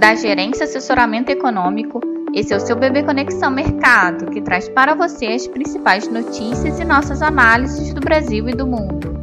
da Gerência Assessoramento Econômico. Esse é o seu BB Conexão Mercado, que traz para você as principais notícias e nossas análises do Brasil e do mundo.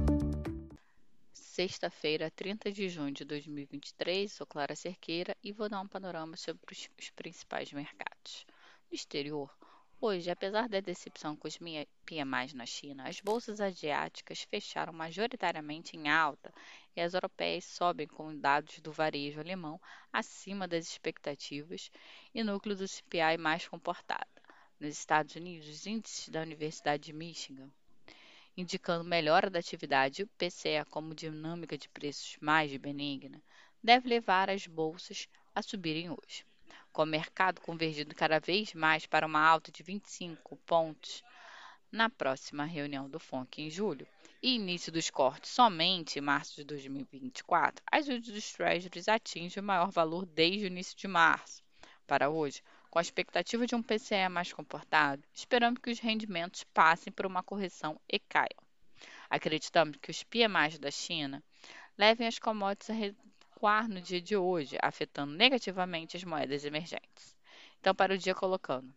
Sexta-feira, 30 de junho de 2023, sou Clara Cerqueira e vou dar um panorama sobre os principais mercados. No exterior, hoje, apesar da decepção com os PMIs na China, as bolsas asiáticas fecharam majoritariamente em alta e as europeias sobem com dados do varejo alemão acima das expectativas e núcleo do CPI mais comportado. Nos Estados Unidos, os índices da Universidade de Michigan indicando melhora da atividade e o PCE como dinâmica de preços mais benigna, deve levar as bolsas a subirem hoje. Com o mercado convergindo cada vez mais para uma alta de 25 pontos na próxima reunião do FONC em julho e início dos cortes somente em março de 2024, as yields dos Treasuries atingem o maior valor desde o início de março. Para hoje, com a expectativa de um PCE mais comportado, esperamos que os rendimentos passem por uma correção e caiam. Acreditamos que os PMIs da China levem as commodities a recuar no dia de hoje, afetando negativamente as moedas emergentes. Então, para o dia colocando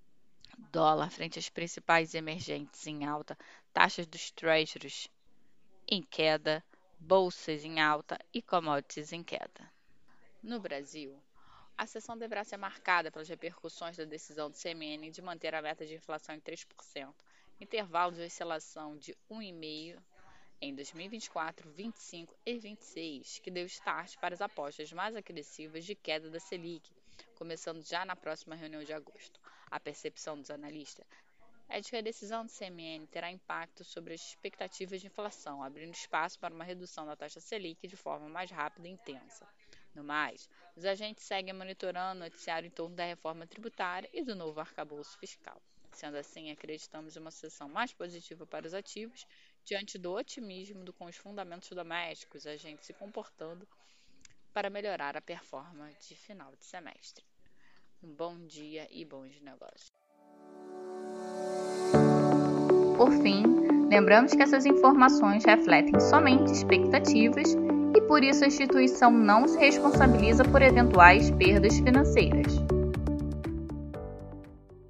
dólar frente às principais emergentes em alta, taxas dos treasuries em queda, bolsas em alta e commodities em queda. No Brasil, a sessão deverá ser marcada pelas repercussões da decisão do CMN de manter a meta de inflação em 3%, intervalo de oscilação de 1,5% em 2024, 25 e 26, que deu start para as apostas mais agressivas de queda da Selic, começando já na próxima reunião de agosto. A percepção dos analistas é de que a decisão do CMN terá impacto sobre as expectativas de inflação, abrindo espaço para uma redução da taxa Selic de forma mais rápida e intensa. No mais, os agentes seguem monitorando o noticiário em torno da reforma tributária e do novo arcabouço fiscal. Sendo assim, acreditamos em uma sessão mais positiva para os ativos, diante do otimismo com os fundamentos domésticos, a gente se comportando para melhorar a performance de final de semestre. Um bom dia e bons negócios. Por fim, lembramos que essas informações refletem somente expectativas e por isso a instituição não se responsabiliza por eventuais perdas financeiras.